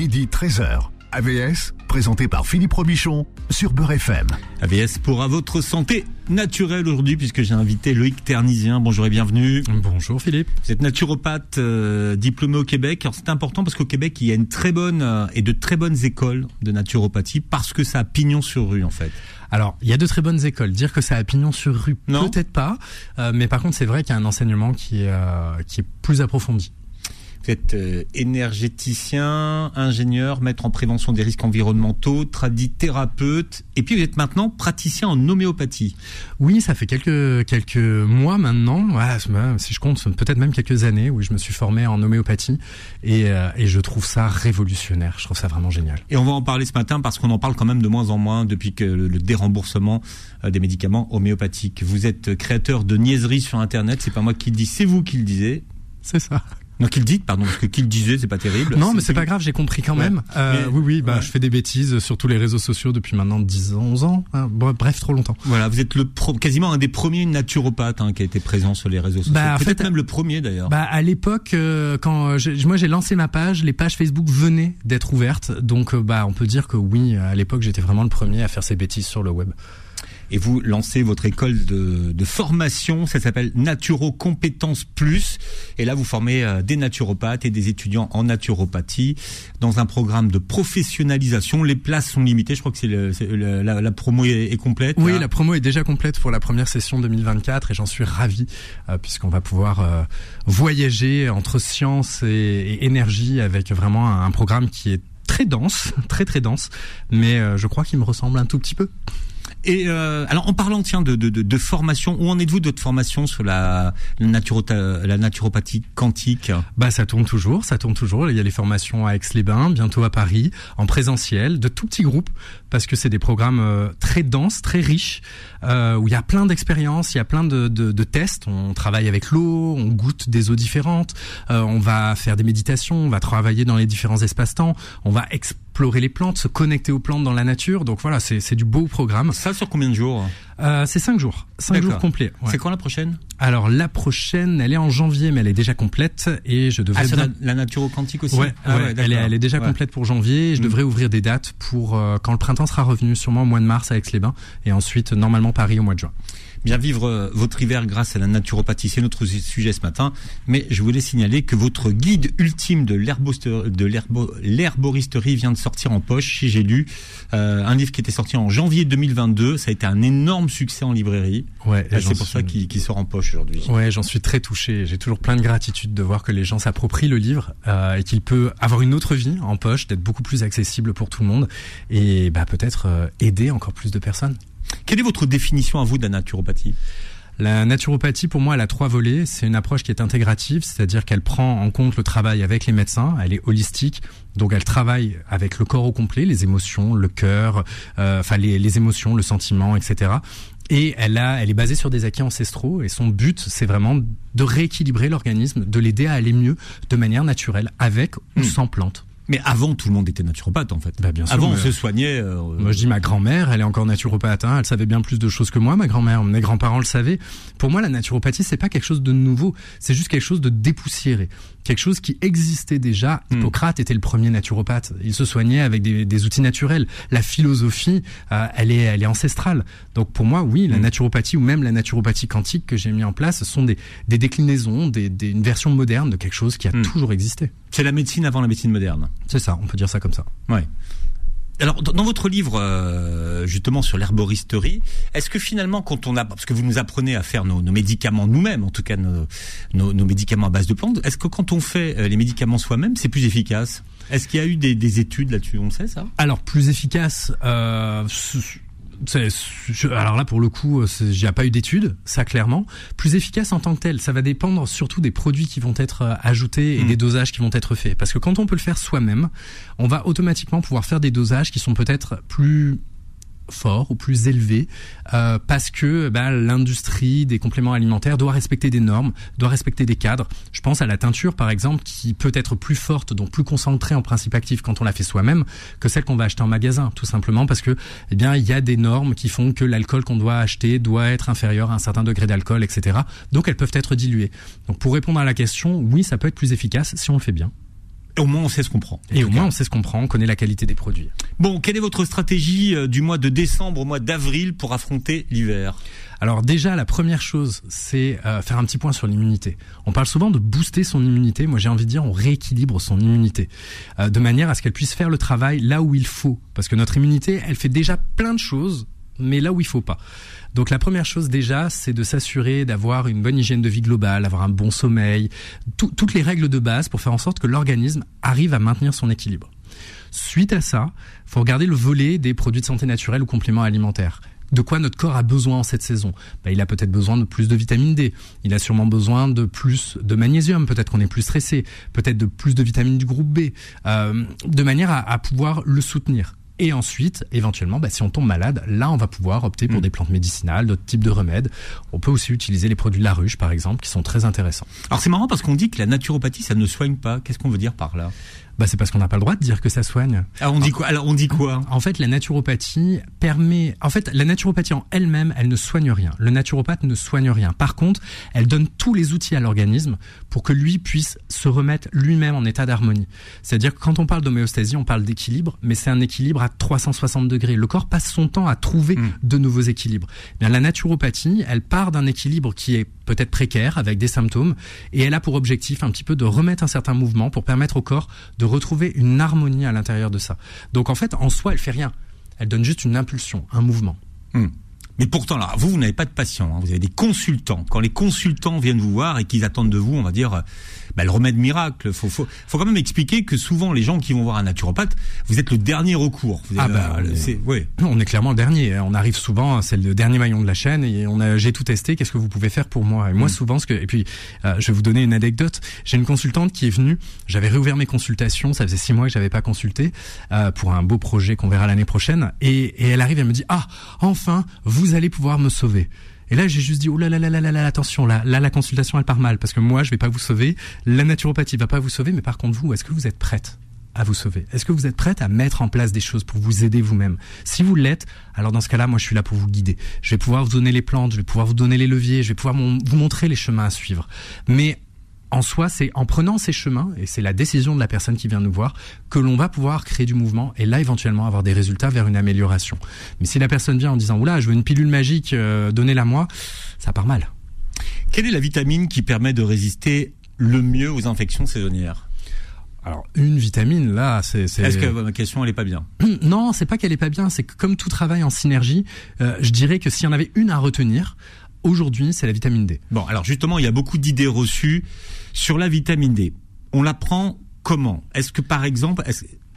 midi 13h. AVS, présenté par Philippe Robichon sur Beurre FM. AVS pour à votre santé naturelle aujourd'hui, puisque j'ai invité Loïc Ternisien. Bonjour et bienvenue. Bonjour Philippe. Vous êtes naturopathe diplômé au Québec. Alors c'est important parce qu'au Québec, il y a une très bonne et de très bonnes écoles de naturopathie parce que ça a pignon sur rue en fait. Alors, il y a de très bonnes écoles. Dire que ça a pignon sur rue, non, peut-être pas. Mais par contre, c'est vrai qu'il y a un enseignement qui est plus approfondi. Vous êtes énergéticien, ingénieur, maître en prévention des risques environnementaux, thérapeute, et puis vous êtes maintenant praticien en homéopathie. Oui, ça fait quelques mois maintenant, si je compte, peut-être même quelques années, où je me suis formé en homéopathie, et je trouve ça révolutionnaire. Je trouve ça vraiment génial. Et on va en parler ce matin parce qu'on en parle quand même de moins en moins depuis que le déremboursement des médicaments homéopathiques. Vous êtes créateur de niaiseries sur Internet, c'est pas moi qui le dis, c'est vous qui le disiez. C'est ça. Non, qu'il dit, pardon, parce que qu'il disait, c'est pas terrible. Non, mais c'est pas grave, j'ai compris quand même. Oui, je fais des bêtises sur tous les réseaux sociaux depuis maintenant 10 ans, 11 ans. Bref, trop longtemps. Voilà, vous êtes quasiment un des premiers naturopathes qui a été présent sur les réseaux sociaux. Peut-être même le premier d'ailleurs. À l'époque, quand moi j'ai lancé ma page, les pages Facebook venaient d'être ouvertes. Donc, on peut dire que oui, à l'époque, j'étais vraiment le premier à faire ces bêtises sur le web. Et vous lancez votre école de formation, ça s'appelle Naturo Compétences Plus. Et là, vous formez des naturopathes et des étudiants en naturopathie dans un programme de professionnalisation. Les places sont limitées. Je crois que la promo est complète. Oui, la promo est déjà complète pour la première session 2024 et j'en suis ravi puisqu'on va pouvoir voyager entre science et énergie avec vraiment un programme qui est très dense, très très dense, mais je crois qu'il me ressemble un tout petit peu. Et alors en parlant de formation, où en êtes-vous de votre formation sur la naturopathie quantique? Ça tourne toujours. Il y a les formations à Aix-les-Bains, bientôt à Paris, en présentiel, de tout petits groupes, parce que c'est des programmes très denses, très riches, où il y a plein d'expériences, il y a plein de tests. On travaille avec l'eau, on goûte des eaux différentes, on va faire des méditations, on va travailler dans les différents espaces-temps, on va explorer les plantes, se connecter aux plantes dans la nature. Donc voilà, c'est du beau programme. Ça sur combien de jours? C'est 5 jours. 5 jours complets. Ouais. C'est quand la prochaine? Alors la prochaine, elle est en janvier, mais elle est déjà complète et je devrais... la naturo quantique aussi? Ouais, elle est déjà complète pour janvier et je devrais ouvrir des dates pour quand le printemps sera revenu, sûrement au mois de mars à Aix-les-Bains et ensuite normalement Paris au mois de juin. Bien vivre votre hiver grâce à la naturopathie, c'est notre sujet ce matin. Mais je voulais signaler que votre guide ultime de l'herboristerie vient de sortir en poche chez J'ai lu. Un livre qui était sorti en janvier 2022. Ça a été un énorme succès en librairie. Ouais, c'est pour ça qu'il sort en poche aujourd'hui. Ouais, j'en suis très touché. J'ai toujours plein de gratitude de voir que les gens s'approprient le livre et qu'il peut avoir une autre vie en poche, d'être beaucoup plus accessible pour tout le monde et peut-être aider encore plus de personnes. Quelle est votre définition à vous de la naturopathie? La naturopathie, pour moi, elle a 3 volets. C'est une approche qui est intégrative, c'est-à-dire qu'elle prend en compte le travail avec les médecins, elle est holistique, donc elle travaille avec le corps au complet, les émotions, le cœur, les émotions, le sentiment, etc. Et elle est basée sur des acquis ancestraux et son but, c'est vraiment de rééquilibrer l'organisme, de l'aider à aller mieux de manière naturelle, avec ou sans plantes. Mais avant, tout le monde était naturopathe, en fait. Bien sûr, avant, on se soignait... Moi, je dis ma grand-mère, elle est encore naturopathe. Elle savait bien plus de choses que moi, ma grand-mère. Mes grands-parents le savaient. Pour moi, la naturopathie, c'est pas quelque chose de nouveau. C'est juste quelque chose de dépoussiéré. Quelque chose qui existait déjà. Hippocrate était le premier naturopathe. Il se soignait avec des outils naturels. La philosophie, elle est ancestrale. Donc, pour moi, oui, la naturopathie ou même la naturopathie quantique que j'ai mis en place, ce sont des déclinaisons, une version moderne de quelque chose qui a toujours existé. C'est la médecine avant la médecine moderne. C'est ça, on peut dire ça comme ça. Ouais. Alors, dans votre livre, justement, sur l'herboristerie, est-ce que finalement, parce que vous nous apprenez à faire nos médicaments nous-mêmes, en tout cas nos médicaments à base de plantes, est-ce que quand on fait les médicaments soi-même, c'est plus efficace? Est-ce qu'il y a eu des études là-dessus? On le sait, ça? Alors, plus efficace... alors là, pour le coup, il n'y a pas eu d'études, ça clairement. Plus efficace en tant que tel, ça va dépendre surtout des produits qui vont être ajoutés et des dosages qui vont être faits. Parce que quand on peut le faire soi-même, on va automatiquement pouvoir faire des dosages qui sont peut-être plus fort ou plus élevé parce que l'industrie des compléments alimentaires doit respecter des normes, doit respecter des cadres. Je pense à la teinture par exemple qui peut être plus forte, donc plus concentrée en principe actif quand on la fait soi-même que celle qu'on va acheter en magasin, tout simplement parce que il y a des normes qui font que l'alcool qu'on doit acheter doit être inférieur à un certain degré d'alcool, etc. Donc elles peuvent être diluées. Donc pour répondre à la question, oui, ça peut être plus efficace si on le fait bien. Et au moins on sait ce qu'on prend. Et au moins on sait ce qu'on prend, on connaît la qualité des produits. Bon, quelle est votre stratégie du mois de décembre au mois d'avril pour affronter l'hiver ? Alors déjà, la première chose, c'est faire un petit point sur l'immunité. On parle souvent de booster son immunité. Moi, j'ai envie de dire, on rééquilibre son immunité de manière à ce qu'elle puisse faire le travail là où il faut. Parce que notre immunité, elle fait déjà plein de choses, mais là où il faut pas. Donc la première chose déjà, c'est de s'assurer d'avoir une bonne hygiène de vie globale, avoir un bon sommeil, toutes les règles de base pour faire en sorte que l'organisme arrive à maintenir son équilibre. Suite à ça, faut regarder le volet des produits de santé naturelle ou compléments alimentaires. De quoi notre corps a besoin en cette saison ? Il a peut-être besoin de plus de vitamine D. Il a sûrement besoin de plus de magnésium. Peut-être qu'on est plus stressé. Peut-être de plus de vitamines du groupe B. De manière à pouvoir le soutenir. Et ensuite, éventuellement, si on tombe malade, là, on va pouvoir opter pour des plantes médicinales, d'autres types de remèdes. On peut aussi utiliser les produits de la ruche, par exemple, qui sont très intéressants. Alors c'est marrant parce qu'on dit que la naturopathie, ça ne soigne pas. Qu'est-ce qu'on veut dire par là ? C'est parce qu'on n'a pas le droit de dire que ça soigne. Alors on dit quoi ? En fait, la naturopathie la naturopathie en elle-même, elle ne soigne rien. Le naturopathe ne soigne rien. Par contre, elle donne tous les outils à l'organisme pour que lui puisse se remettre lui-même en état d'harmonie. C'est-à-dire que quand on parle d'homéostasie, on parle d'équilibre, mais c'est un équilibre à 360 degrés. Le corps passe son temps à trouver de nouveaux équilibres. La naturopathie, elle part d'un équilibre qui est peut-être précaire, avec des symptômes, et elle a pour objectif un petit peu de remettre un certain mouvement pour permettre au corps de retrouver une harmonie à l'intérieur de ça. Donc en fait, en soi, elle fait rien. Elle donne juste une impulsion, un mouvement. Mais pourtant, là, vous n'avez pas de patients, hein. Vous avez des consultants. Quand les consultants viennent vous voir et qu'ils attendent de vous, on va dire, le remède miracle. Faut quand même expliquer que souvent, les gens qui vont voir un naturopathe, vous êtes le dernier recours. On est clairement le dernier. On arrive souvent, c'est le dernier maillon de la chaîne et j'ai tout testé. Qu'est-ce que vous pouvez faire pour moi ? Et moi, souvent, et puis, je vais vous donner une anecdote. J'ai une consultante qui est venue. J'avais réouvert mes consultations. Ça faisait 6 mois que j'avais pas consulté, pour un beau projet qu'on verra l'année prochaine. Et elle arrive, elle me dit, enfin, vous allez pouvoir me sauver. Et là, j'ai juste dit, oh là là là là là, attention, là, la consultation, elle part mal, parce que moi, je vais pas vous sauver, la naturopathie va pas vous sauver, mais par contre, vous, est-ce que vous êtes prête à vous sauver ? Est-ce que vous êtes prête à mettre en place des choses pour vous aider vous-même ? Si vous l'êtes, alors dans ce cas-là, moi, je suis là pour vous guider. Je vais pouvoir vous donner les plantes, je vais pouvoir vous donner les leviers, je vais pouvoir vous montrer les chemins à suivre. Mais en soi, c'est en prenant ces chemins, et c'est la décision de la personne qui vient nous voir, que l'on va pouvoir créer du mouvement et là, éventuellement, avoir des résultats vers une amélioration. Mais si la personne vient en disant « Oula, je veux une pilule magique, donnez-la moi », ça part mal. Quelle est la vitamine qui permet de résister le mieux aux infections saisonnières ? Alors, une vitamine, là, c'est... Est-ce que ma question, elle est pas bien ? Non, c'est pas qu'elle est pas bien, c'est que comme tout travail en synergie, je dirais que s'il y en avait une à retenir, aujourd'hui, c'est la vitamine D. Bon, alors justement, il y a beaucoup d'idées reçues sur la vitamine D. On la prend comment ? Est-ce que, par exemple...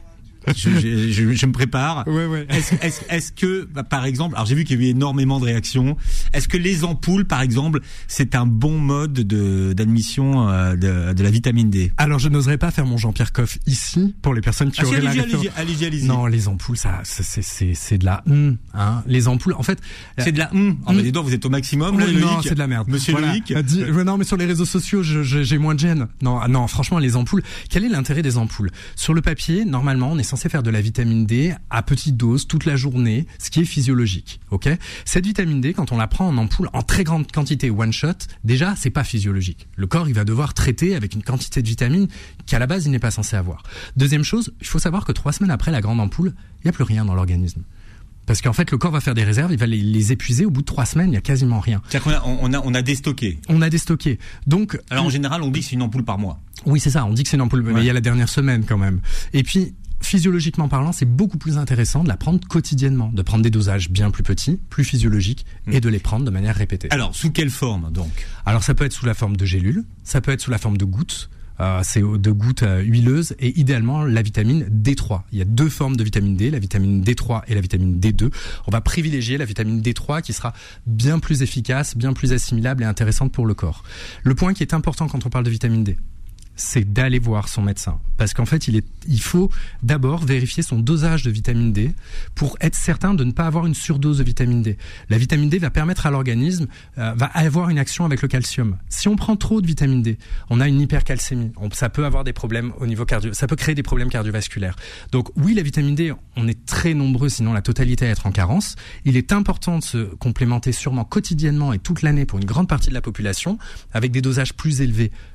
Je me prépare. Ouais. Est-ce que, par exemple, alors j'ai vu qu'il y a eu énormément de réactions. Est-ce que les ampoules, par exemple, c'est un bon mode d'admission de la vitamine D ? Alors, je n'oserais pas faire mon Jean-Pierre Coff ici pour les personnes qui auraient la référence. Allez-y. Non, les ampoules, ça, c'est de la hein. Les ampoules, en fait. C'est de la dis donc, vous êtes au maximum, là, oui, Loïc. Non, c'est de la merde. Monsieur Loïc. Non, mais sur les réseaux sociaux, j'ai moins de gêne. Non, franchement, les ampoules. Quel est l'intérêt des ampoules ? Sur le papier, normalement, on est censé faire de la vitamine D à petite dose toute la journée, ce qui est physiologique. Ok ? Cette vitamine D, quand on la prend en ampoule en très grande quantité one shot, déjà c'est pas physiologique. Le corps il va devoir traiter avec une quantité de vitamine qu'à la base il n'est pas censé avoir. Deuxième chose, il faut savoir que 3 semaines après la grande ampoule, il y a plus rien dans l'organisme. Parce qu'en fait, le corps va faire des réserves, il va les épuiser. Au bout de 3 semaines, il y a quasiment rien. C'est-à-dire qu'on a déstocké. On a déstocké. Donc, alors en général, on dit que c'est une ampoule par mois. Oui, c'est ça. On dit que c'est une ampoule, mais il y a la dernière semaine quand même. Et puis, physiologiquement parlant, c'est beaucoup plus intéressant de la prendre quotidiennement, de prendre des dosages bien plus petits, plus physiologiques, et de les prendre de manière répétée. Alors, sous quelle forme donc ? Alors, ça peut être sous la forme de gélules, ça peut être sous la forme de gouttes. C'est de gouttes huileuses et idéalement la vitamine D3. Il y a 2 formes de vitamine D, la vitamine D3 et la vitamine D2. On va privilégier la vitamine D3 qui sera bien plus efficace, bien plus assimilable et intéressante pour le corps. Le point qui est important quand on parle de vitamine D, c'est d'aller voir son médecin. Parce qu'en fait, il faut d'abord vérifier son dosage de vitamine D pour être certain de ne pas avoir une surdose de vitamine D. La vitamine D va permettre à l'organisme, va avoir une action avec le calcium. Si on prend trop de vitamine D, on a une hypercalcémie. Ça peut avoir des problèmes au niveau ça peut créer des problèmes cardiovasculaires. Donc oui, la vitamine D, on est très nombreux, sinon la totalité à être en carence. Il est important de se complémenter sûrement quotidiennement et toute l'année pour une grande partie de la population avec des dosages plus élevés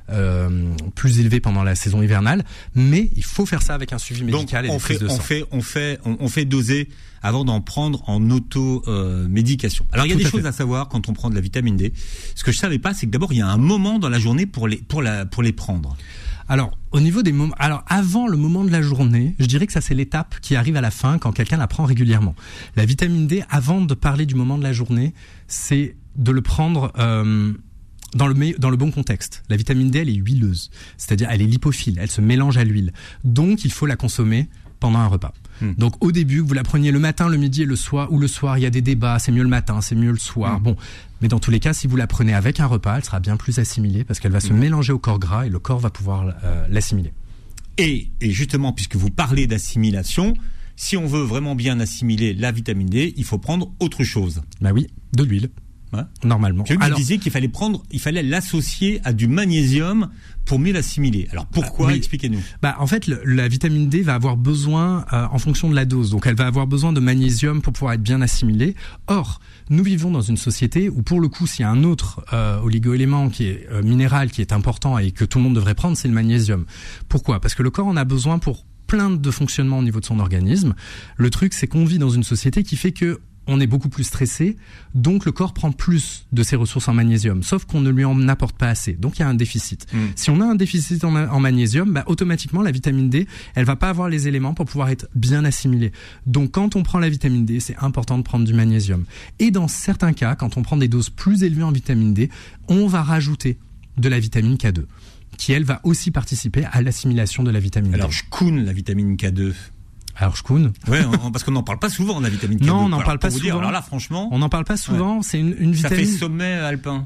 plus élevés pendant la saison hivernale, mais il faut faire ça avec un suivi médical. Donc, et des prises de sang. On fait doser avant d'en prendre en auto-médication. Alors, il y a des choses à savoir quand on prend de la vitamine D. Ce que je savais pas, c'est que d'abord, il y a un moment dans la journée pour les prendre. Alors, au niveau des moments, alors avant le moment de la journée, je dirais que ça c'est l'étape qui arrive à la fin quand quelqu'un la prend régulièrement. La vitamine D, avant de parler du moment de la journée, c'est de le prendre dans le bon contexte. La vitamine D, elle est huileuse, c'est-à-dire elle est lipophile, elle se mélange à l'huile. Donc, il faut la consommer pendant un repas. Donc au début, que vous la preniez le matin, le midi et le soir, ou le soir, il y a des débats, c'est mieux le matin, c'est mieux le soir. Bon, mais dans tous les cas, si vous la prenez avec un repas, elle sera bien plus assimilée parce qu'elle va se mélanger au corps gras et le corps va pouvoir l'assimiler. Et justement, puisque vous parlez d'assimilation, si on veut vraiment bien assimiler la vitamine D, il faut prendre autre chose. Bah oui, de l'huile. Ouais. Normalement. Vous disiez qu'il fallait l'associer à du magnésium pour mieux l'assimiler. Alors pourquoi? Oui. Expliquez-nous. En fait, la vitamine D va avoir besoin, en fonction de la dose, donc elle va avoir besoin de magnésium pour pouvoir être bien assimilée. Or, nous vivons dans une société où pour le coup, s'il y a un autre oligo-élément qui est minéral, qui est important et que tout le monde devrait prendre, c'est le magnésium. Pourquoi? Parce que le corps en a besoin pour plein de fonctionnements au niveau de son organisme. Le truc, c'est qu'on vit dans une société qui fait que on est beaucoup plus stressé, donc le corps prend plus de ses ressources en magnésium, sauf qu'on ne lui en apporte pas assez. Donc il y a un déficit. Si on a un déficit en magnésium, automatiquement la vitamine D, elle va pas avoir les éléments pour pouvoir être bien assimilée. Donc quand on prend la vitamine D, c'est important de prendre du magnésium. Et dans certains cas, quand on prend des doses plus élevées en vitamine D, on va rajouter de la vitamine K2, qui elle va aussi participer à l'assimilation de la vitamine D. Alors je coune la vitamine K2. Alors Shkoun. Ouais, parce qu'on n'en parle pas souvent de la vitamine K2. Non, on n'en parle pas souvent. Alors là, franchement, on n'en parle pas souvent. Ouais. C'est une vitamine. Ça fait sommet alpin.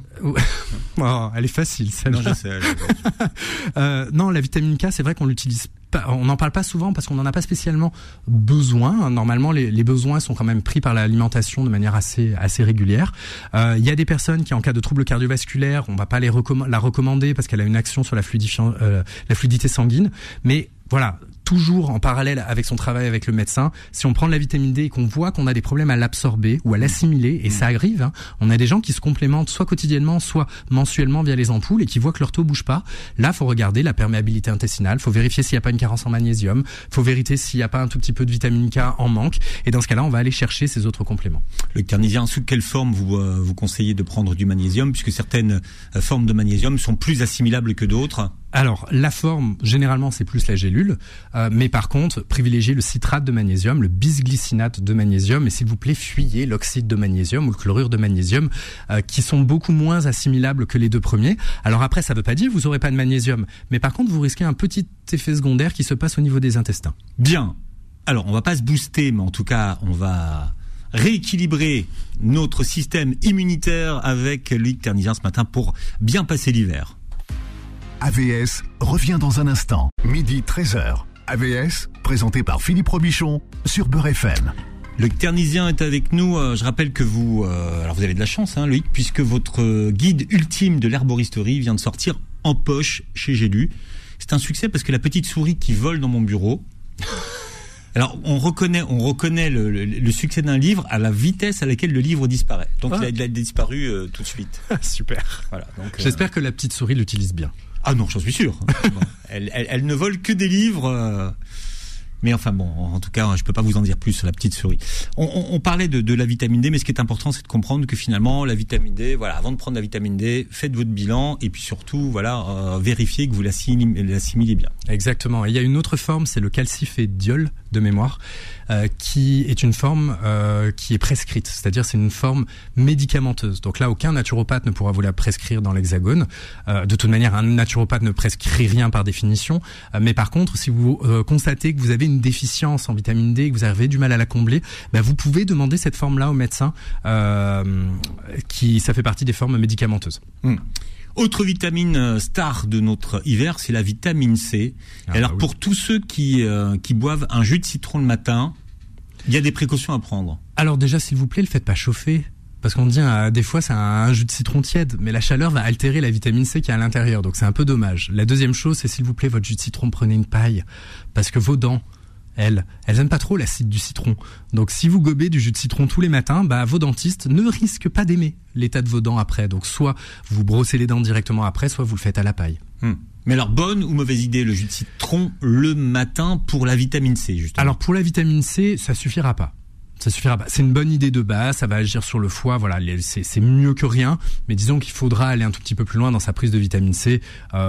Oh, elle est facile, celle-là. Non, je sais. Non, la vitamine K, c'est vrai qu'on l'utilise pas. On n'en parle pas souvent parce qu'on n'en a pas spécialement besoin. Normalement, les besoins sont quand même pris par l'alimentation de manière assez régulière. Il y a des personnes qui, en cas de troubles cardiovasculaires, on va pas la recommander parce qu'elle a une action sur la fluidité sanguine. Mais voilà. Toujours en parallèle avec son travail avec le médecin, si on prend de la vitamine D et qu'on voit qu'on a des problèmes à l'absorber ou à l'assimiler, et ça arrive, on a des gens qui se complémentent soit quotidiennement, soit mensuellement via les ampoules et qui voient que leur taux bouge pas. Là, faut regarder la perméabilité intestinale, faut vérifier s'il n'y a pas une carence en magnésium, faut vérifier s'il n'y a pas un tout petit peu de vitamine K en manque, et dans ce cas-là, on va aller chercher ces autres compléments. Le carnésien, sous quelle forme vous conseillez de prendre du magnésium, puisque certaines formes de magnésium sont plus assimilables que d'autres? Alors, la forme, généralement, c'est plus la gélule, mais par contre, privilégiez le citrate de magnésium, le bisglycinate de magnésium, et s'il vous plaît, fuyez l'oxyde de magnésium ou le chlorure de magnésium, qui sont beaucoup moins assimilables que les deux premiers. Alors après, ça veut pas dire que vous n'aurez pas de magnésium, mais par contre, vous risquez un petit effet secondaire qui se passe au niveau des intestins. Bien. Alors, on va pas se booster, mais en tout cas, on va rééquilibrer notre système immunitaire avec Loïc Ternizien ce matin pour bien passer l'hiver. AVS revient dans un instant, midi 13h. AVS, présenté par Philippe Robichon sur Beurre FM. Loïc Ternizien est avec nous. Je rappelle que vous avez de la chance, Loïc, puisque votre guide ultime de l'herboristerie vient de sortir en poche chez J'ai lu. C'est un succès parce que la petite souris qui vole dans mon bureau. Alors, on reconnaît le succès d'un livre à la vitesse à laquelle le livre disparaît. Donc, il a disparu tout de suite. Super. Voilà. Donc, j'espère que la petite souris l'utilise bien. Ah non, j'en suis sûr. Elle ne vole que des livres. Mais enfin bon, en tout cas, je peux pas vous en dire plus sur la petite souris. On parlait de la vitamine D, mais ce qui est important, c'est de comprendre que finalement, la vitamine D, voilà, avant de prendre la vitamine D, faites votre bilan et puis surtout, voilà, vérifiez que vous l'assimilez bien. Exactement. Et il y a une autre forme, c'est le calcifédiol de mémoire, qui est une forme qui est prescrite, c'est-à-dire c'est une forme médicamenteuse. Donc là, aucun naturopathe ne pourra vous la prescrire dans l'Hexagone. De toute manière, un naturopathe ne prescrit rien par définition. Mais par contre, si vous constatez que vous avez une déficience en vitamine D et que vous avez du mal à la combler, vous pouvez demander cette forme-là au médecin, ça fait partie des formes médicamenteuses. Autre vitamine star de notre hiver, c'est la vitamine C. Alors pour tous ceux qui boivent un jus de citron le matin, il y a des précautions à prendre. Alors déjà, s'il vous plaît, le faites pas chauffer. Parce qu'on dit des fois c'est un jus de citron tiède, mais la chaleur va altérer la vitamine C qui est à l'intérieur, donc c'est un peu dommage. La deuxième chose, c'est s'il vous plaît, votre jus de citron, prenez une paille, parce que vos dents, elles aiment pas trop l'acide du citron. Donc si vous gobez du jus de citron tous les matins, vos dentistes ne risquent pas d'aimer l'état de vos dents après. Donc soit vous brossez les dents directement après, soit vous le faites à la paille. Mais alors, bonne ou mauvaise idée, le jus de citron le matin pour la vitamine C, justement? Alors pour la vitamine C, ça suffira pas. C'est une bonne idée de base, ça va agir sur le foie, voilà, c'est mieux que rien, mais disons qu'il faudra aller un tout petit peu plus loin dans sa prise de vitamine C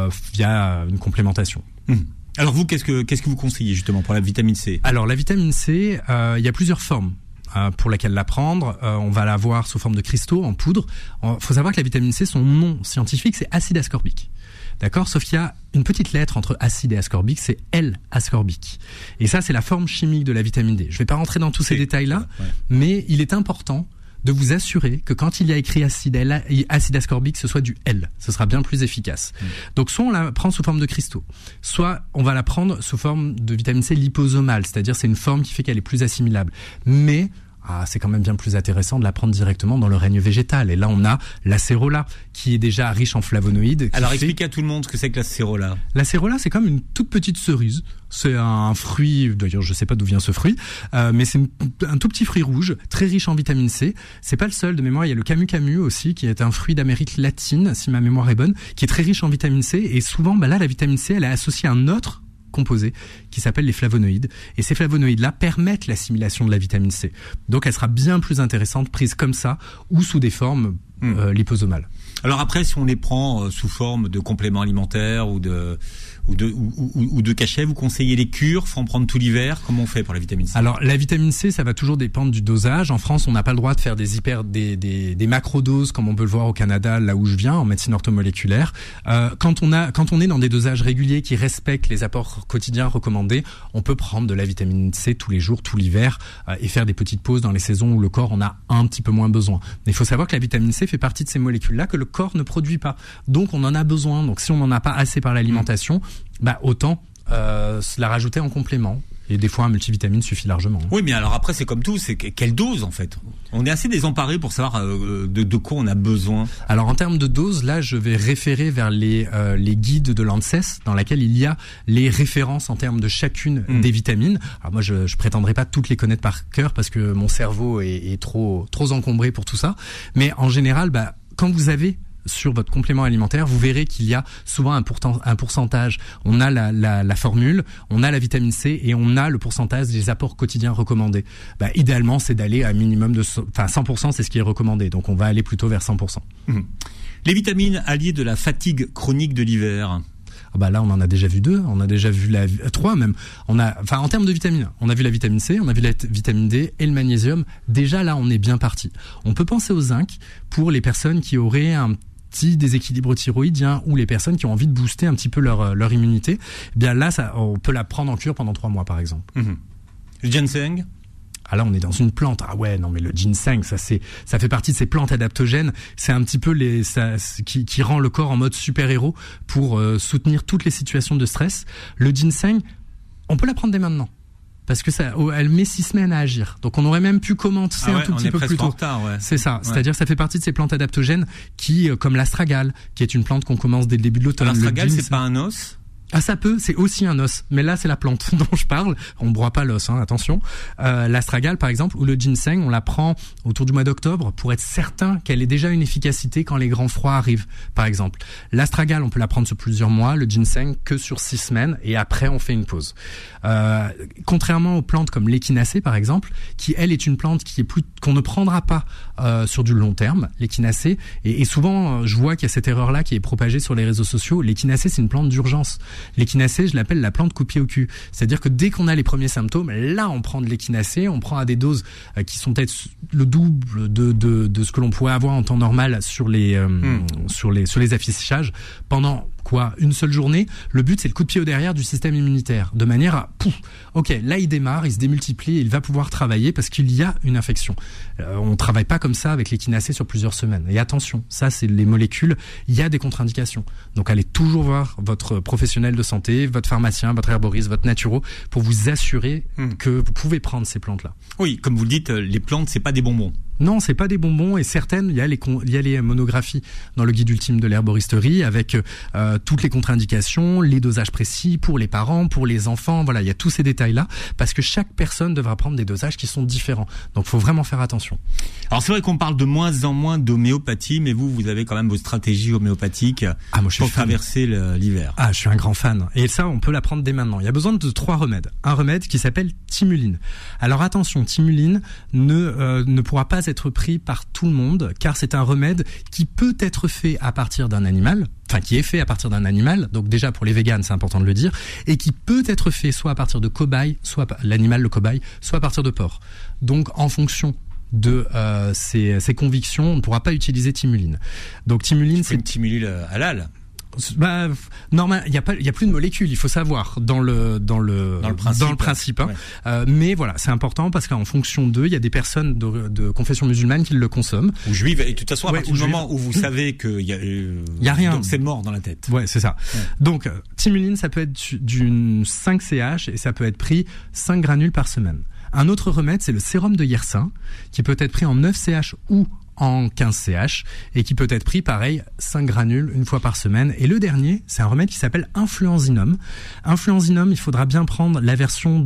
via une complémentation. Alors vous, qu'est-ce que vous conseillez justement pour la vitamine C? Alors la vitamine C, il y a plusieurs formes pour laquelle la prendre. On va l'avoir sous forme de cristaux, en poudre. Faut savoir que la vitamine C, son nom scientifique, c'est acide ascorbique. D'accord? Sauf qu'il y a une petite lettre entre acide et ascorbique, c'est L-ascorbique. Et ça, c'est la forme chimique de la vitamine D. Je vais pas rentrer dans tous ces détails-là, mais il est important de vous assurer que quand il y a écrit acide ascorbique, ce soit du L. Ce sera bien plus efficace. Donc, soit on la prend sous forme de cristaux, soit on va la prendre sous forme de vitamine C liposomale, c'est-à-dire c'est une forme qui fait qu'elle est plus assimilable. Mais c'est quand même bien plus intéressant de la prendre directement dans le règne végétal. Et là, on a l'acérola, qui est déjà riche en flavonoïdes. Alors, expliquez à tout le monde ce que c'est que l'acérola. L'acérola, c'est comme une toute petite cerise. C'est un fruit, d'ailleurs, je sais pas d'où vient ce fruit, mais c'est un tout petit fruit rouge, très riche en vitamine C. C'est pas le seul, de mémoire, il y a le camu aussi, qui est un fruit d'Amérique latine, si ma mémoire est bonne, qui est très riche en vitamine C. Et souvent, là, la vitamine C, elle est associée à un autre composés qui s'appellent les flavonoïdes. Et ces flavonoïdes-là permettent l'assimilation de la vitamine C. Donc elle sera bien plus intéressante prise comme ça ou sous des formes liposomales. Alors après, si on les prend sous forme de compléments alimentaires ou de cachets, vous conseillez les cures? Faut en prendre tout l'hiver? Comment on fait pour la vitamine C? Alors la vitamine C, ça va toujours dépendre du dosage. En France, on n'a pas le droit de faire des macrodoses comme on peut le voir au Canada, là où je viens, en médecine orthomoléculaire. Quand on est dans des dosages réguliers qui respectent les apports quotidiens recommandés, on peut prendre de la vitamine C tous les jours, tout l'hiver, et faire des petites pauses dans les saisons où le corps en a un petit peu moins besoin. Mais il faut savoir que la vitamine C fait partie de ces molécules-là que le corps ne produit pas. Donc on en a besoin. Donc si on n'en a pas assez par l'alimentation, autant la rajouter en complément. Et des fois, un multivitamine suffit largement. Oui, mais alors après, c'est comme tout, c'est quelle dose en fait? On est assez désemparé pour savoir de quoi on a besoin. Alors en termes de dose, là, je vais référer vers les guides de l'ANSES, dans laquelle il y a les références en termes de chacune des vitamines. Alors moi, je prétendrai pas toutes les connaître par cœur parce que mon cerveau est trop encombré pour tout ça. Mais en général, quand vous avez sur votre complément alimentaire, vous verrez qu'il y a souvent un pourcentage. On a la formule, on a la vitamine C et on a le pourcentage des apports quotidiens recommandés. Idéalement, c'est d'aller à un minimum de 100%, c'est ce qui est recommandé. Donc on va aller plutôt vers 100%. Les vitamines alliées de la fatigue chronique de l'hiver. Là, on en a déjà vu 2, on a déjà vu 3 même. En termes de vitamines, on a vu la vitamine C, on a vu la vitamine D et le magnésium. Déjà là, on est bien parti. On peut penser au zinc pour les personnes qui auraient un petit déséquilibre thyroïdien ou les personnes qui ont envie de booster un petit peu leur immunité. Là, on peut la prendre en cure pendant 3 mois, par exemple. Le ginseng? Là, on est dans une plante. Mais le ginseng, ça fait partie de ces plantes adaptogènes. C'est un petit peu qui rend le corps en mode super-héros pour soutenir toutes les situations de stress. Le ginseng, on peut la prendre dès maintenant. Parce que elle met 6 semaines à agir. Donc on aurait même pu commencer un tout petit peu plus tôt. Retard, C'est ça. Ouais. C'est-à-dire que ça fait partie de ces plantes adaptogènes qui, comme l'astragale, qui est une plante qu'on commence dès le début de l'automne. L'astragale, c'est pas un os? Ça peut, c'est aussi un os, mais là c'est la plante dont je parle. On broie pas l'os, attention. L'astragale par exemple ou le ginseng, on la prend autour du mois d'octobre pour être certain qu'elle ait déjà une efficacité quand les grands froids arrivent, par exemple. L'astragale, on peut la prendre sur plusieurs mois, le ginseng que sur 6 semaines et après on fait une pause. Contrairement aux plantes comme l'échinacée par exemple, qui elle est une plante qu'on ne prendra pas sur du long terme, l'échinacée, et souvent je vois qu'il y a cette erreur là qui est propagée sur les réseaux sociaux. L'échinacée, c'est une plante d'urgence. L'échinacée, je l'appelle la plante coup-pied au cul. C'est-à-dire que dès qu'on a les premiers symptômes, là, on prend de l'échinacée, on prend à des doses qui sont peut-être le double de ce que l'on pourrait avoir en temps normal sur les affichages pendant une seule journée. Le but, c'est le coup de pied au derrière du système immunitaire, de manière à, là, il démarre, il se démultiplie, et il va pouvoir travailler parce qu'il y a une infection. On travaille pas comme ça avec l'échinacée sur plusieurs semaines. Et attention, ça, c'est les molécules, il y a des contre-indications. Donc, allez toujours voir votre professionnel de santé, votre pharmacien, votre herboriste, votre naturo, pour vous assurer que vous pouvez prendre ces plantes-là. Oui, comme vous le dites, les plantes, c'est pas des bonbons. Non, c'est pas des bonbons, et certaines, il y a les monographies dans le guide ultime de l'herboristerie avec toutes les contre-indications, les dosages précis pour les parents, pour les enfants. Voilà, il y a tous ces détails-là parce que chaque personne devra prendre des dosages qui sont différents. Donc, faut vraiment faire attention. Alors, c'est vrai qu'on parle de moins en moins d'homéopathie, mais vous avez quand même vos stratégies homéopathiques pour traverser l'hiver. Ah, je suis un grand fan. Et ça, on peut l'apprendre dès maintenant. Il y a besoin de 3 remèdes. Un remède qui s'appelle Timuline. Alors, attention, Timuline ne pourra pas être pris par tout le monde, car c'est un remède qui peut être fait à partir d'un animal, enfin qui est fait à partir d'un animal, donc déjà pour les véganes c'est important de le dire, et qui peut être fait soit à partir de cobayes, soit l'animal le cobaye, soit à partir de porc. Donc en fonction de ces convictions, on ne pourra pas utiliser Timuline. Donc Timuline, c'est une Timuline halal. Bah, normal, il y a plus de molécules, il faut savoir dans le principe. Hein. Ouais. Mais voilà, c'est important parce qu'en fonction d'eux, il y a des personnes de confession musulmane qui le consomment. Ou juives. Et de toute façon, à partir du moment où vous savez qu'il y a rien, donc c'est mort dans la tête. Ouais, c'est ça. Ouais. Donc, Timuline, ça peut être d'une 5 CH et ça peut être pris 5 granules par semaine. Un autre remède, c'est le sérum de Yersin, qui peut être pris en 9 CH ou en 15 CH et qui peut être pris pareil 5 granules une fois par semaine. Et le dernier, c'est un remède qui s'appelle Influenzinum. Influenzinum, il faudra bien prendre la version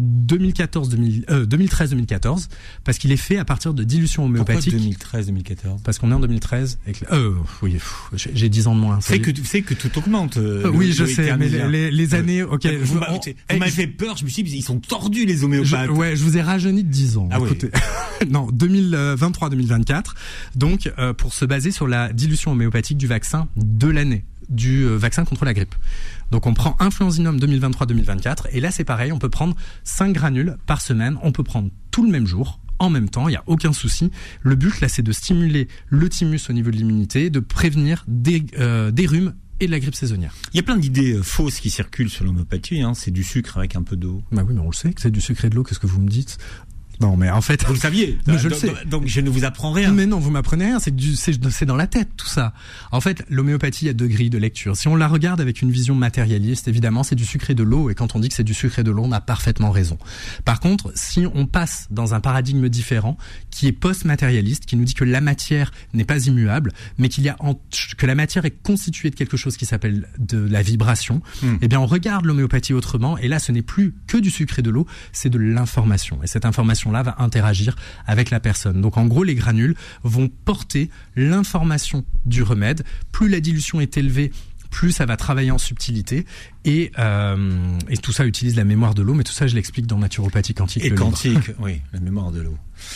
2013-2014 parce qu'il est fait à partir de dilution homéopathique. Pourquoi 2013-2014 ? Parce qu'on est en 2013 et que oui, j'ai 10 ans de moins. C'est que tout augmente. Oui, je sais, mais les années, OK. Vous m'avez fait peur, je me suis dit ils sont tordus les homéopathes. Je vous ai rajeuni de 10 ans. Ah écoutez. Oui. Non, 2023-2024. Donc, pour se baser sur la dilution homéopathique du vaccin de l'année, du vaccin contre la grippe. Donc, on prend Influenzinum 2023-2024, et là, c'est pareil, on peut prendre 5 granules par semaine, on peut prendre tout le même jour, en même temps, il n'y a aucun souci. Le but, là, c'est de stimuler le thymus au niveau de l'immunité, de prévenir des rhumes et de la grippe saisonnière. Il y a plein d'idées fausses qui circulent sur l'homéopathie, hein. C'est du sucre avec un peu d'eau. Bah oui, mais on le sait que c'est du sucre et de l'eau, qu'est-ce que vous me dites ? Non, mais en fait, vous le saviez. Je le sais. Donc je ne vous apprends rien. Mais non, vous m'apprenez rien. C'est dans la tête tout ça. En fait, l'homéopathie, il y a 2 grilles de lecture. Si on la regarde avec une vision matérialiste, évidemment, c'est du sucre et de l'eau. Et quand on dit que c'est du sucre et de l'eau, on a parfaitement raison. Par contre, si on passe dans un paradigme différent, qui est post-matérialiste, qui nous dit que la matière n'est pas immuable, mais que la matière est constituée de quelque chose qui s'appelle de la vibration, eh bien, on regarde l'homéopathie autrement. Et là, ce n'est plus que du sucre et de l'eau, c'est de l'information. Et cette information là va interagir avec la personne. Donc en gros, les granules vont porter l'information du remède. Plus la dilution est élevée, plus ça va travailler en subtilité et tout ça utilise la mémoire de l'eau, mais tout ça je l'explique dans Naturopathie quantique. Et quantique, oui, la mémoire de l'eau.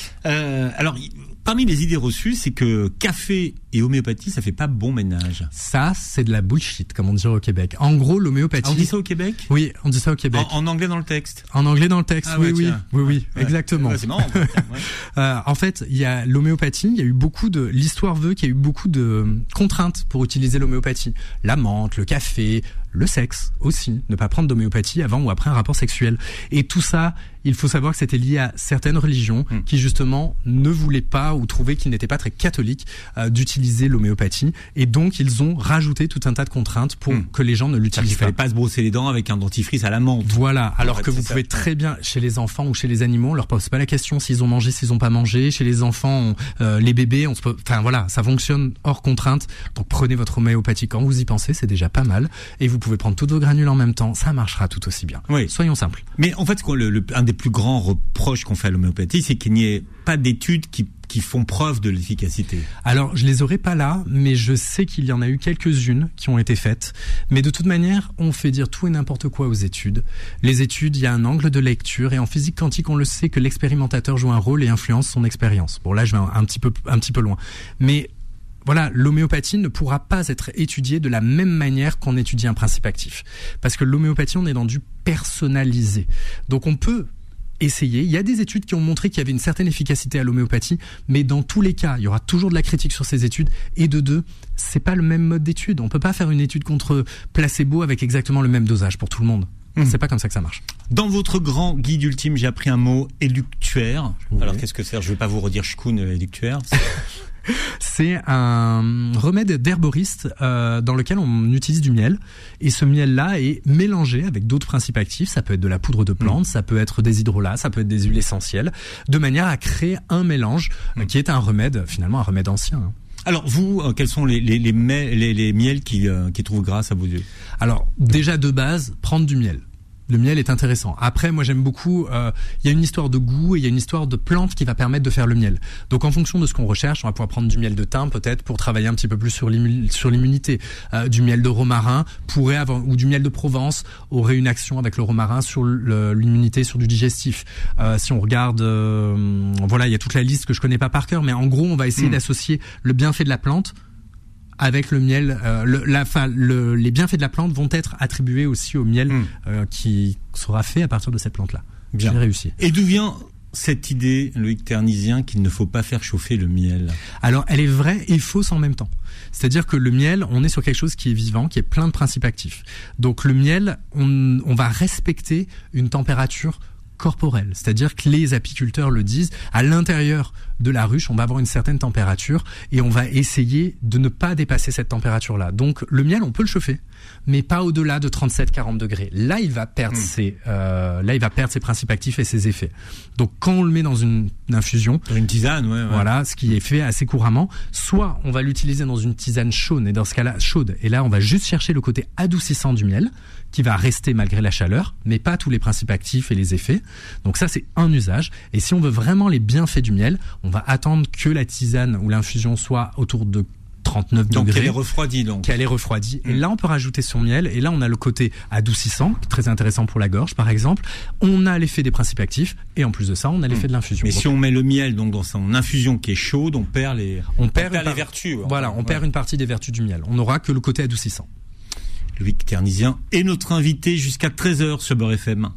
Alors, parmi les idées reçues, c'est que café et homéopathie, ça fait pas bon ménage. Ça, c'est de la bullshit, comme on dirait au Québec. En gros, l'homéopathie... On dit ça au Québec ? Oui, on dit ça au Québec. En anglais dans le texte ? En anglais dans le texte, ah, oui, ouais, oui, ouais. exactement. Ouais, c'est marrant. Ouais. En fait, il y a l'homéopathie, il y a eu l'histoire veut qu'il y a eu beaucoup de contraintes pour utiliser l'homéopathie. La menthe, le café, le sexe aussi, ne pas prendre d'homéopathie avant ou après un rapport sexuel. Et tout ça, il faut savoir que c'était lié à certaines religions qui justement ne voulaient pas ou trouvaient qu'ils n'étaient pas très catholiques d'utiliser l'homéopathie. Et donc, ils ont rajouté tout un tas de contraintes pour que les gens ne l'utilisent pas. Il fallait pas se brosser les dents avec un dentifrice à la menthe. Voilà. Alors que vous pouvez très bien, chez les enfants ou chez les animaux, on leur pose pas la question s'ils ont mangé, s'ils ont pas mangé. Chez les enfants, les bébés, enfin voilà, ça fonctionne hors contrainte. Donc prenez votre homéopathie quand vous y pensez, c'est déjà pas mal. Et vous pouvez prendre toutes vos granules en même temps, ça marchera tout aussi bien. Oui. Soyons simples. Mais en fait, un des plus grands reproches qu'on fait à l'homéopathie, c'est qu'il n'y ait pas d'études qui font preuve de l'efficacité. Alors, je les aurai pas là, mais je sais qu'il y en a eu quelques-unes qui ont été faites. Mais de toute manière, on fait dire tout et n'importe quoi aux études. Les études, il y a un angle de lecture, et en physique quantique, on le sait que l'expérimentateur joue un rôle et influence son expérience. Bon, là, je vais un petit peu loin. Mais voilà, l'homéopathie ne pourra pas être étudiée de la même manière qu'on étudie un principe actif. Parce que l'homéopathie, on est dans du personnalisé. Donc on peut essayer. Il y a des études qui ont montré qu'il y avait une certaine efficacité à l'homéopathie, mais dans tous les cas, il y aura toujours de la critique sur ces études. Et de deux, c'est pas le même mode d'étude. On peut pas faire une étude contre placebo avec exactement le même dosage pour tout le monde. C'est pas comme ça que ça marche. Dans votre grand guide ultime, j'ai appris un mot, éluctuaire. Oui. Alors qu'est-ce que c'est ? Je vais pas vous redire shkoun, éluctuaire. C'est un remède d'herboriste dans lequel on utilise du miel. Et ce miel-là est mélangé avec d'autres principes actifs. Ça peut être de la poudre de plante, ça peut être des hydrolats, ça peut être des huiles essentielles, de manière à créer un mélange qui est un remède, finalement un remède ancien. Alors vous, quels sont les miels qui trouvent grâce à vos yeux? Alors déjà de base, prendre du miel. Le miel est intéressant. Après, moi j'aime beaucoup, il y a une histoire de goût et il y a une histoire de plante qui va permettre de faire le miel. Donc en fonction de ce qu'on recherche, on va pouvoir prendre du miel de thym peut-être pour travailler un petit peu plus sur l'immunité. Du miel de romarin pourrait avoir, ou du miel de Provence aurait une action avec le romarin sur l'immunité, sur du digestif. Si on regarde, voilà, il y a toute la liste que je connais pas par cœur, mais en gros on va essayer d'associer le bienfait de la plante avec le miel. Les bienfaits de la plante vont être attribués aussi au miel qui sera fait à partir de cette plante-là. Bien. J'ai réussi. Et d'où vient cette idée, Loïc Ternisien, qu'il ne faut pas faire chauffer le miel? Alors, elle est vraie et fausse en même temps. C'est-à-dire que le miel, on est sur quelque chose qui est vivant, qui est plein de principes actifs. Donc le miel, on va respecter une température corporelle, c'est-à-dire que les apiculteurs le disent, à l'intérieur de la ruche, on va avoir une certaine température et on va essayer de ne pas dépasser cette température-là. Donc le miel, on peut le chauffer, mais pas au-delà de 37-40 degrés. Là, il va perdre ses principes actifs et ses effets. Donc quand on le met dans une infusion, dans une tisane, voilà, ce qui est fait assez couramment, soit on va l'utiliser dans une tisane chaude, et dans ce cas-là chaude, et là on va juste chercher le côté adoucissant du miel, qui va rester malgré la chaleur, mais pas tous les principes actifs et les effets. Donc ça, c'est un usage. Et si on veut vraiment les bienfaits du miel, on va attendre que la tisane ou l'infusion soit autour de 39 degrés. Donc qu'elle est refroidie, donc. Qu'elle est refroidie. Et là, on peut rajouter son miel. Et là, on a le côté adoucissant, très intéressant pour la gorge, par exemple. On a l'effet des principes actifs. Et en plus de ça, on a l'effet de l'infusion. Mais donc, si on met le miel donc dans son infusion qui est chaude, on perd les vertus. Voilà, on perd une partie des vertus du miel. On n'aura que le côté adoucissant. Loïc Ternisien est notre invité jusqu'à 13h sur Beurre FM.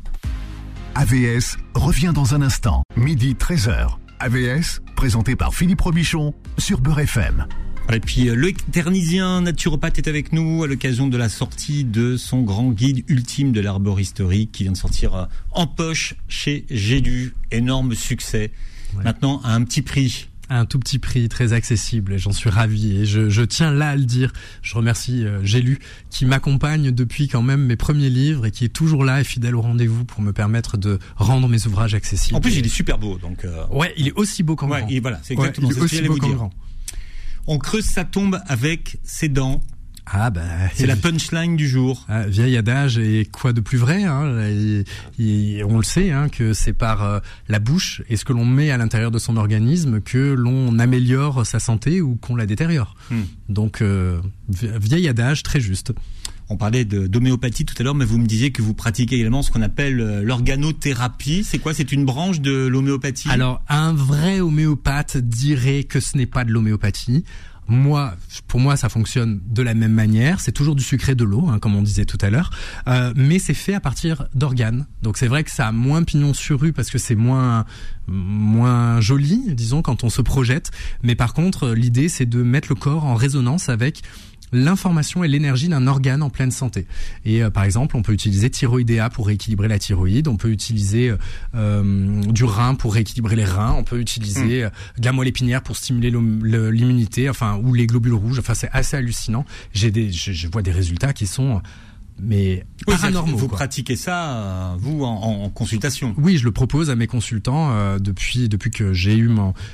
AVS revient dans un instant, midi 13h. AVS, présenté par Philippe Robichon sur Beurre FM. Et puis Loïc Ternisien, naturopathe, est avec nous à l'occasion de la sortie de son grand guide ultime de l'arboristerie qui vient de sortir en poche chez Gélu. Énorme succès. Ouais. Maintenant à un petit prix. À un tout petit prix, très accessible, et j'en suis ravi. Et je tiens là à le dire. Je remercie Gélu qui m'accompagne depuis quand même mes premiers livres et qui est toujours là et fidèle au rendez-vous pour me permettre de rendre mes ouvrages accessibles. En plus, il est super beau, donc. Ouais, il est aussi beau qu'en grand. Et voilà, c'est exactement il est aussi beau qu'en grand. On creuse sa tombe avec ses dents. Ah bah, c'est la punchline du jour. Vieil adage, et quoi de plus vrai, hein, on le sait, hein, que c'est par la bouche et ce que l'on met à l'intérieur de son organisme que l'on améliore sa santé ou qu'on la détériore. Donc vieil adage, très juste. On parlait d'homéopathie tout à l'heure, mais vous me disiez que vous pratiquez également ce qu'on appelle l'organothérapie. C'est quoi? C'est une branche de l'homéopathie? Alors, un vrai homéopathe dirait que ce n'est pas de l'homéopathie. Pour moi, ça fonctionne de la même manière. C'est toujours du sucre et de l'eau, hein, comme on disait tout à l'heure, mais c'est fait à partir d'organes. Donc c'est vrai que ça a moins pignon sur rue parce que c'est moins joli, disons, quand on se projette. Mais par contre, l'idée, c'est de mettre le corps en résonance avec l'information et l'énergie d'un organe en pleine santé. Et par exemple, on peut utiliser Thyroïdea pour rééquilibrer la thyroïde, on peut utiliser du rein pour rééquilibrer les reins, on peut utiliser de la moelle épinière pour stimuler l'immunité, enfin, ou les globules rouges. Enfin, c'est assez hallucinant. Je vois des résultats qui sont paranormaux. Vous pratiquez ça, vous, en consultation? Oui, je le propose à mes consultants depuis que j'ai eu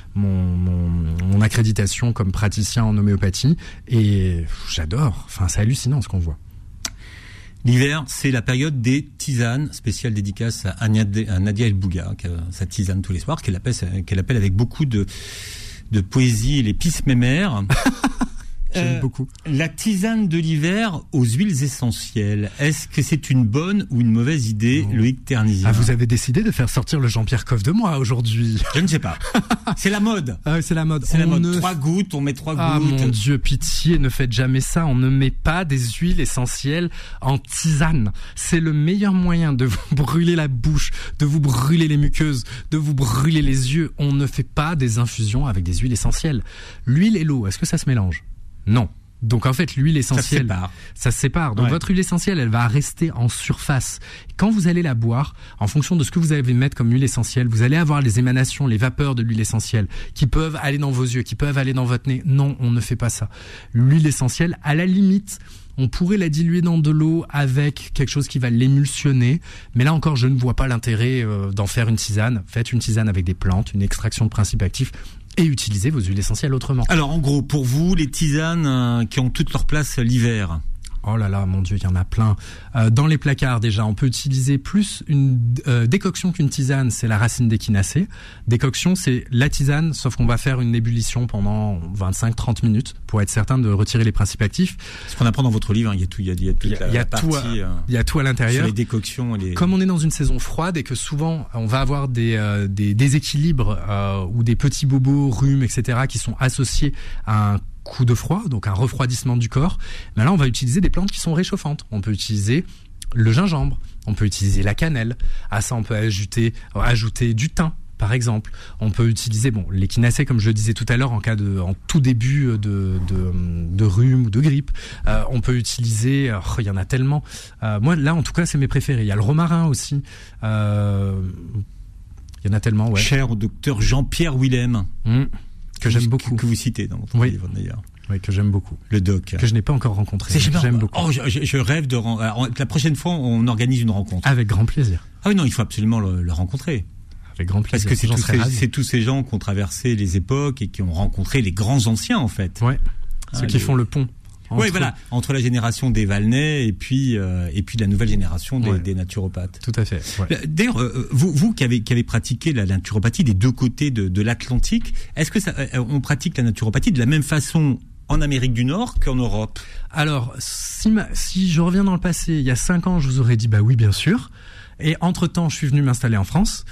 mon accréditation comme praticien en homéopathie, et j'adore. Enfin, c'est hallucinant ce qu'on voit. L'hiver, c'est la période des tisanes, spéciale dédicace à Nadia El Bouga, qui a sa tisane tous les soirs, qu'elle appelle avec beaucoup de poésie, les pisses mémères. J'aime beaucoup. La tisane de l'hiver aux huiles essentielles, est-ce que c'est une bonne ou une mauvaise idée, Loïc Ternisien? Vous avez décidé de faire sortir le Jean-Pierre Coff de moi aujourd'hui. Je ne sais pas. C'est la mode. C'est la mode. C'est la mode. 3 gouttes, on met 3 gouttes. Ah mon Dieu, pitié, ne faites jamais ça. On ne met pas des huiles essentielles en tisane. C'est le meilleur moyen de vous brûler la bouche, de vous brûler les muqueuses, de vous brûler les yeux. On ne fait pas des infusions avec des huiles essentielles. L'huile et l'eau, est-ce que ça se mélange? Non. Donc en fait, l'huile essentielle, ça se sépare. Donc votre huile essentielle, elle va rester en surface. Quand vous allez la boire, en fonction de ce que vous allez mettre comme huile essentielle, vous allez avoir les émanations, les vapeurs de l'huile essentielle qui peuvent aller dans vos yeux, qui peuvent aller dans votre nez. Non, on ne fait pas ça. L'huile essentielle, à la limite, on pourrait la diluer dans de l'eau avec quelque chose qui va l'émulsionner. Mais là encore, je ne vois pas l'intérêt d'en faire une tisane. Faites une tisane avec des plantes, une extraction de principes actifs. Et utilisez vos huiles essentielles autrement. Alors en gros, pour vous, les tisanes qui ont toute leur place l'hiver. Oh là là, mon Dieu, il y en a plein. Dans les placards, déjà, on peut utiliser plus une décoction qu'une tisane, c'est la racine d'échinacée. Décoction, c'est la tisane, sauf qu'on va faire une ébullition pendant 25-30 minutes pour être certain de retirer les principes actifs. Ce qu'on apprend dans votre livre, il y a tout, il y a tout à l'intérieur. Sur les décoctions. Comme on est dans une saison froide et que souvent on va avoir des déséquilibres ou des petits bobos, rhumes, etc., qui sont associés à un coup de froid, donc un refroidissement du corps. Mais là, on va utiliser des plantes qui sont réchauffantes. On peut utiliser le gingembre, on peut utiliser la cannelle. À ça, on peut ajouter du thym, par exemple. On peut utiliser, l'échinacée, comme je le disais tout à l'heure, en tout début de rhume ou de grippe. On peut utiliser, il y en a tellement. Moi, là, en tout cas, c'est mes préférés. Il y a le romarin aussi. Il y en a tellement, ouais. Cher au docteur Jean-Pierre Willem. Que j'aime beaucoup. Que vous citez dans votre livre d'ailleurs. Oui, que j'aime beaucoup. Le doc. Que je n'ai pas encore rencontré. J'aime beaucoup. Oh, je rêve de la prochaine fois, on organise une rencontre. Avec grand plaisir. Ah oui, non, il faut absolument le rencontrer. Avec grand plaisir. Parce que c'est tous ces gens qui ont traversé les époques et qui ont rencontré les grands anciens, en fait. Ouais. Ceux qui font le pont. Oui, voilà, entre la génération des Valnais et puis la nouvelle génération des naturopathes. Tout à fait. Ouais. D'ailleurs, vous qui avez pratiqué la naturopathie des deux côtés de l'Atlantique, est-ce que on pratique la naturopathie de la même façon en Amérique du Nord qu'en Europe? Alors, si je reviens dans le passé, il y a 5 ans, je vous aurais dit bah oui, bien sûr. Et entre-temps, je suis venu m'installer en France.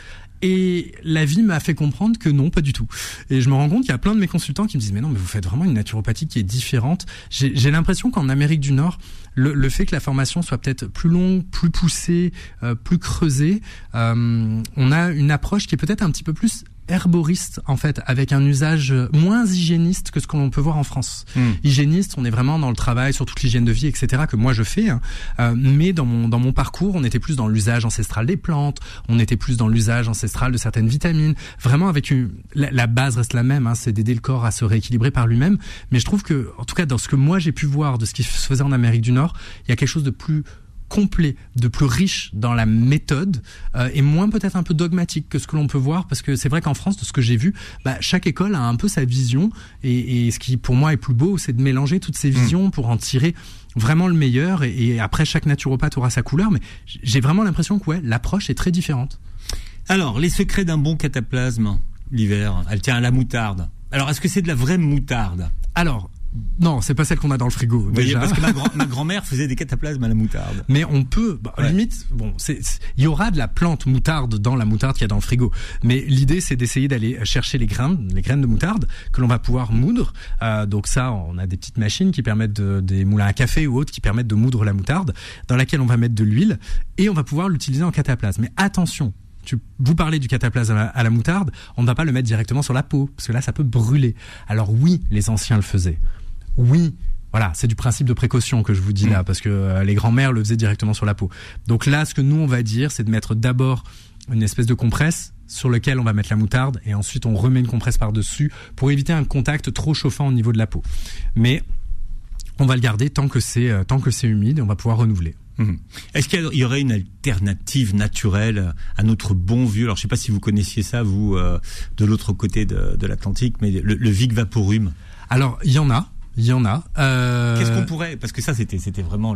Et la vie m'a fait comprendre que non, pas du tout. Et je me rends compte qu'il y a plein de mes consultants qui me disent mais non, mais vous faites vraiment une naturopathie qui est différente. J'ai l'impression qu'en Amérique du Nord, le fait que la formation soit peut-être plus longue, plus poussée, plus creusée, on a une approche qui est peut-être un petit peu plus herboriste en fait, avec un usage moins hygiéniste que ce que l'on peut voir en France. Hygiéniste, on est vraiment dans le travail sur toute l'hygiène de vie, etc. que moi je fais. Mais dans mon parcours, on était plus dans l'usage ancestral des plantes, on était plus dans l'usage ancestral de certaines vitamines. Vraiment avec la base reste la même, c'est d'aider le corps à se rééquilibrer par lui-même. Mais je trouve que, en tout cas dans ce que moi j'ai pu voir de ce qui se faisait en Amérique du Nord, il y a quelque chose de plus complet, de plus riche dans la méthode et moins peut-être un peu dogmatique que ce que l'on peut voir, parce que c'est vrai qu'en France, de ce que j'ai vu, chaque école a un peu sa vision et ce qui pour moi est plus beau, c'est de mélanger toutes ces visions pour en tirer vraiment le meilleur et après chaque naturopathe aura sa couleur, mais j'ai vraiment l'impression que l'approche est très différente. Alors, les secrets d'un bon cataplasme l'hiver, elle tient à la moutarde. Alors, est-ce que c'est de la vraie moutarde? Alors, non, c'est pas celle qu'on a dans le frigo. Déjà. Parce que ma grand-mère faisait des cataplasmes à la moutarde. Mais on peut, limite, il y aura de la plante moutarde dans la moutarde qu'il y a dans le frigo. Mais l'idée, c'est d'essayer d'aller chercher les graines de moutarde que l'on va pouvoir moudre. Donc ça, on a des petites machines qui permettent des moulins à café ou autres qui permettent de moudre la moutarde, dans laquelle on va mettre de l'huile et on va pouvoir l'utiliser en cataplasme. Mais attention. Vous parlez du cataplasme à la moutarde, on ne va pas le mettre directement sur la peau, parce que là, ça peut brûler. Alors oui, les anciens le faisaient. Oui, voilà, c'est du principe de précaution que je vous dis là, parce que les grands-mères le faisaient directement sur la peau. Donc là, ce que nous, on va dire, c'est de mettre d'abord une espèce de compresse sur lequel on va mettre la moutarde, et ensuite on remet une compresse par-dessus pour éviter un contact trop chauffant au niveau de la peau. Mais on va le garder tant que c'est humide, et on va pouvoir renouveler. Est-ce qu'il y aurait une alternative naturelle à notre bon vieux, alors je ne sais pas si vous connaissiez ça, vous, de l'autre côté de l'Atlantique, mais le Vic Vaporub? Alors, il y en a. Qu'est-ce qu'on pourrait, parce que ça c'était vraiment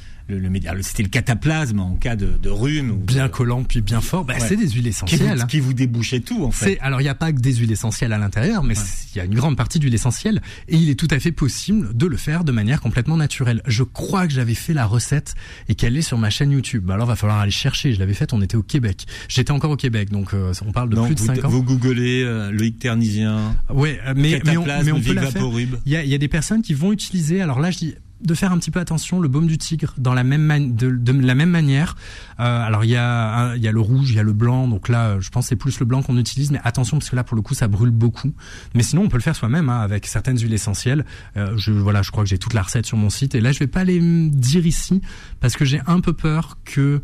c'était le cataplasme en cas de rhume. Bien collant puis bien fort. C'est des huiles essentielles. Qui vous débouchait tout en fait. Alors il n'y a pas que des huiles essentielles à l'intérieur, mais il y a une grande partie d'huile essentielle et il est tout à fait possible de le faire de manière complètement naturelle. Je crois que j'avais fait la recette et qu'elle est sur ma chaîne YouTube. Alors va falloir aller chercher. Je l'avais faite, on était au Québec. J'étais encore au Québec, donc on parle de plus de 5 ans. Vous googlez Loïc Ternisien. Ouais, mais on peut la faire. Il y a des personnes qui vont utiliser. Alors là je dis. de faire un petit peu attention. Le baume du tigre, dans la même de la même manière. Alors il y a le rouge, il y a le blanc. Donc là, je pense que c'est plus le blanc qu'on utilise, mais attention parce que là pour le coup ça brûle beaucoup. Mais sinon on peut le faire soi-même avec certaines huiles essentielles. Je crois que j'ai toute la recette sur mon site et là je vais pas les dire ici parce que j'ai un peu peur que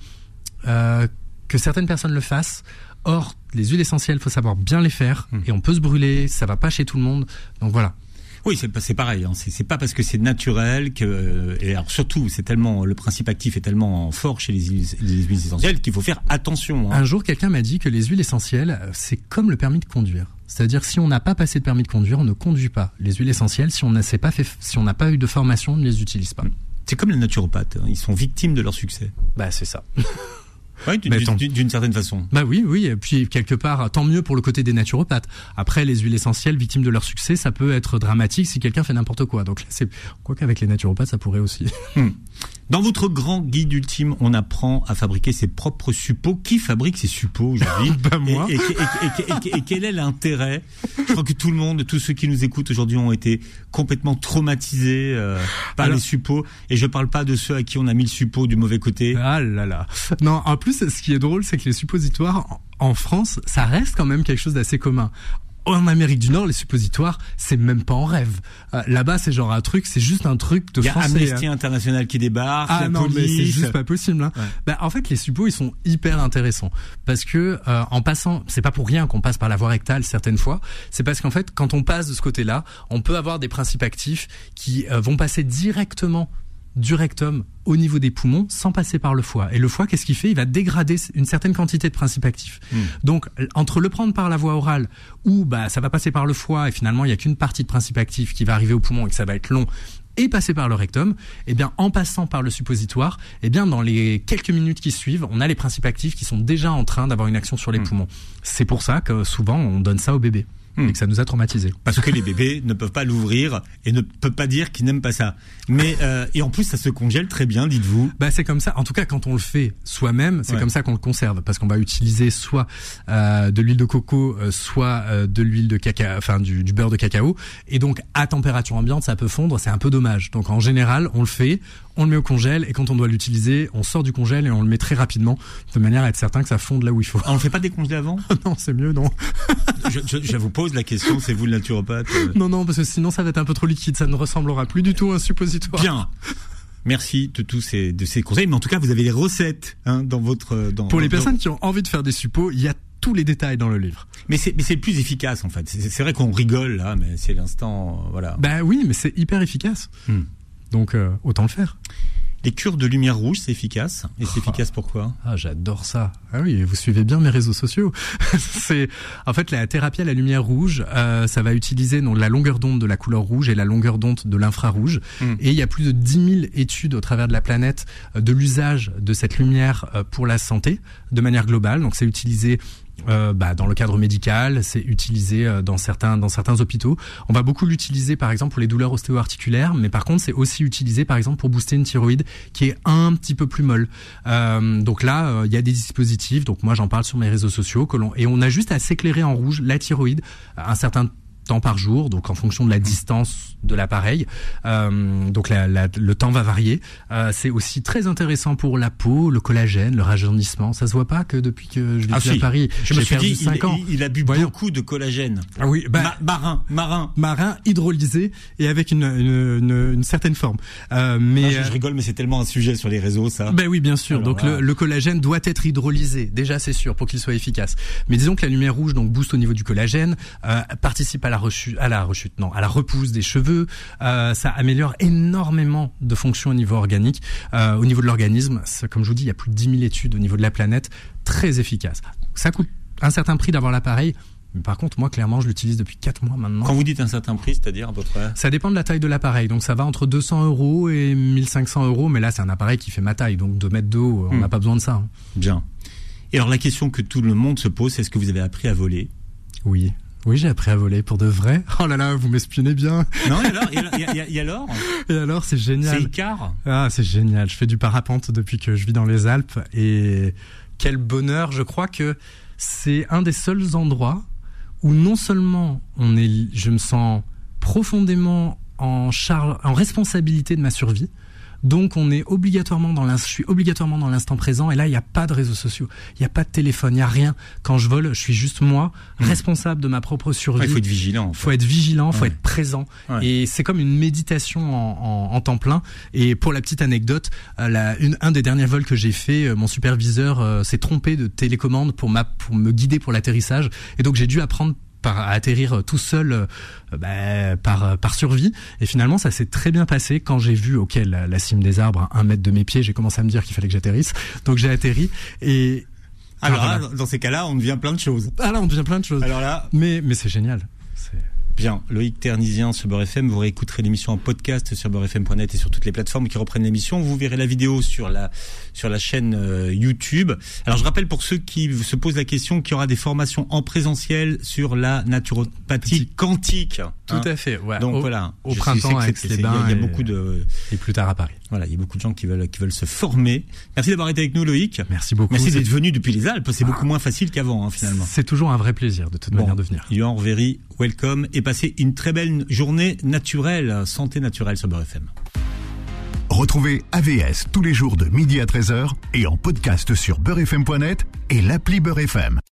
certaines personnes le fassent. Or, les huiles essentielles, faut savoir bien les faire et on peut se brûler, ça va pas chez tout le monde. Donc voilà. Oui, c'est pareil. Hein. C'est pas parce que c'est naturel que et alors surtout, c'est tellement le principe actif est tellement fort chez les huiles essentielles qu'il faut faire attention. Hein. Un jour, quelqu'un m'a dit que les huiles essentielles, c'est comme le permis de conduire. C'est-à-dire si on n'a pas passé de permis de conduire, on ne conduit pas. Les huiles essentielles, si on n'a pas eu de formation, on ne les utilise pas. C'est comme les naturopathes. Ils sont victimes de leur succès. Bah c'est ça. Oui, d'une certaine façon. Bah oui, et puis quelque part, tant mieux pour le côté des naturopathes. Après, les huiles essentielles, victimes de leur succès, ça peut être dramatique si quelqu'un fait n'importe quoi. Donc là, quoi qu'avec les naturopathes, ça pourrait aussi. Dans votre grand guide ultime, on apprend à fabriquer ses propres suppôts. Qui fabrique ces suppôts aujourd'hui? Moi. Et quel est l'intérêt? Je crois que tout le monde, tous ceux qui nous écoutent aujourd'hui ont été complètement traumatisés par les suppôts. Et je parle pas de ceux à qui on a mis le suppôt du mauvais côté. Ah là là. Non, en plus, ce qui est drôle, c'est que les suppositoires, en France, ça reste quand même quelque chose d'assez commun. En Amérique du Nord, les suppositoires, c'est même pas en rêve. Là-bas, c'est genre un truc, c'est juste un truc de français. Il y a Amnesty International qui débarque, la police. Mais c'est juste pas possible. Hein. Ouais. En fait, les suppos, ils sont hyper intéressants parce que en passant, c'est pas pour rien qu'on passe par la voie rectale certaines fois. C'est parce qu'en fait, quand on passe de ce côté-là, on peut avoir des principes actifs qui vont passer directement du rectum au niveau des poumons sans passer par le foie. Et le foie, qu'est-ce qu'il fait? Il va dégrader une certaine quantité de principes actifs. Donc, entre le prendre par la voie orale ou ça va passer par le foie et finalement il n'y a qu'une partie de principes actifs qui va arriver au poumon et que ça va être long et passer par le rectum, en passant par le suppositoire, dans les quelques minutes qui suivent, on a les principes actifs qui sont déjà en train d'avoir une action sur les poumons. C'est pour ça que souvent on donne ça aux bébés. Et que ça nous a traumatisés. Parce que les bébés ne peuvent pas l'ouvrir et ne peuvent pas dire qu'ils n'aiment pas ça. Mais et en plus ça se congèle très bien, dites-vous. C'est comme ça. En tout cas, quand on le fait soi-même, c'est comme ça qu'on le conserve, parce qu'on va utiliser soit de l'huile de coco, soit de l'huile de cacao, enfin du beurre de cacao. Et donc à température ambiante, ça peut fondre. C'est un peu dommage. Donc en général, on le fait, on le met au congèle et quand on doit l'utiliser, on sort du congèle et on le met très rapidement, de manière à être certain que ça fonde là où il faut. On le fait pas décongeler avant? Non, c'est mieux, non. Je vous pose la question, c'est vous le naturopathe? Non, parce que sinon ça va être un peu trop liquide, ça ne ressemblera plus du tout à un suppositoire. Bien. Merci de tous ces conseils, mais en tout cas vous avez les recettes dans votre. Pour les personnes qui ont envie de faire des suppos, il y a tous les détails dans le livre. Mais c'est le plus efficace en fait. C'est vrai qu'on rigole là, mais c'est l'instant, voilà. Oui, mais c'est hyper efficace. Donc autant le faire. Les cures de lumière rouge, c'est efficace. Et c'est efficace pourquoi? J'adore ça. Ah oui, vous suivez bien mes réseaux sociaux. C'est en fait la thérapie à la lumière rouge. Ça va utiliser la longueur d'onde de la couleur rouge et la longueur d'onde de l'infrarouge. Et il y a plus de 10 000 études au travers de la planète de l'usage de cette lumière pour la santé de manière globale. Donc c'est utilisé dans le cadre médical, c'est utilisé dans certains hôpitaux. On va beaucoup l'utiliser par exemple pour les douleurs ostéo-articulaires, mais par contre c'est aussi utilisé par exemple pour booster une thyroïde qui est un petit peu plus molle. Donc là, il y a des dispositifs, donc moi j'en parle sur mes réseaux sociaux, et on a juste à s'éclairer en rouge la thyroïde un certain temps par jour, donc en fonction de la distance de l'appareil. Donc le temps va varier. C'est aussi très intéressant pour la peau, le collagène, le rajeunissement. Ça se voit pas que depuis que je vis à Paris, j'ai perdu 5 ans. Il a bu beaucoup de collagène. Ah oui, marin hydrolysé et avec une certaine forme. Je rigole, mais c'est tellement un sujet sur les réseaux, ça. Oui, bien sûr. Alors, donc le collagène doit être hydrolysé. Déjà, c'est sûr, pour qu'il soit efficace. Mais disons que la lumière rouge donc booste au niveau du collagène, participe à la repousse des cheveux. Ça améliore énormément de fonctions au niveau organique. Au niveau de l'organisme, comme je vous dis, il y a plus de 10 000 études au niveau de la planète, très efficaces. Ça coûte un certain prix d'avoir l'appareil. Mais par contre, moi, clairement, je l'utilise depuis 4 mois maintenant. Quand vous dites un certain prix, c'est-à-dire à peu près? Ça dépend de la taille de l'appareil. Donc, ça va entre 200 € et 1500 €. Mais là, c'est un appareil qui fait ma taille. Donc, 2 mètres de haut, on n'a pas besoin de ça. Bien. Et alors, la question que tout le monde se pose, c'est est-ce que vous avez appris à voler? Oui. Oui, j'ai appris à voler pour de vrai. Oh là là, vous m'espionnez bien. Non, et alors Et alors, c'est génial. C'est Icar. Ah, c'est génial. Je fais du parapente depuis que je vis dans les Alpes et quel bonheur. Je crois que c'est un des seuls endroits où non seulement je me sens profondément en responsabilité de ma survie. Donc on est obligatoirement je suis obligatoirement dans l'instant présent, et là il n'y a pas de réseaux sociaux, il n'y a pas de téléphone, il n'y a rien. Quand je vole, je suis juste moi, responsable de ma propre survie. Il faut être vigilant. Faut être vigilant, faut être présent. Ouais. Et c'est comme une méditation en temps plein. Et pour la petite anecdote, un des derniers vols que j'ai fait, mon superviseur s'est trompé de télécommande pour me guider pour l'atterrissage, et donc j'ai dû apprendre à atterrir tout seul par survie. Et finalement ça s'est très bien passé. Quand j'ai vu la cime des arbres à 1 mètre de mes pieds, j'ai commencé à me dire qu'il fallait que j'atterrisse, donc j'ai atterri. Et alors là, dans ces cas-là, on devient plein de choses. On devient plein de choses. Alors là, mais c'est génial. Bien, Loïc Ternisien sur Beurre FM, vous réécouterez l'émission en podcast sur beurrefm.net et sur toutes les plateformes qui reprennent l'émission. Vous verrez la vidéo sur la chaîne YouTube. Alors je rappelle pour ceux qui se posent la question qu'il y aura des formations en présentiel sur la naturopathie quantique. Tout à fait. Ouais. Donc voilà, au printemps à Aix-les-Bains, il y a beaucoup de et plus tard à Paris. Voilà, il y a beaucoup de gens qui veulent se former. Merci d'avoir été avec nous, Loïc. Merci beaucoup. Merci d'être venu depuis les Alpes. C'est beaucoup moins facile qu'avant, finalement. C'est toujours un vrai plaisir de toute manière de venir. You are very welcome, et passez une très belle journée naturelle, santé naturelle sur Beurre FM. Retrouvez AVS tous les jours de midi à 13h et en podcast sur beurrefm.net et l'appli Beurre FM.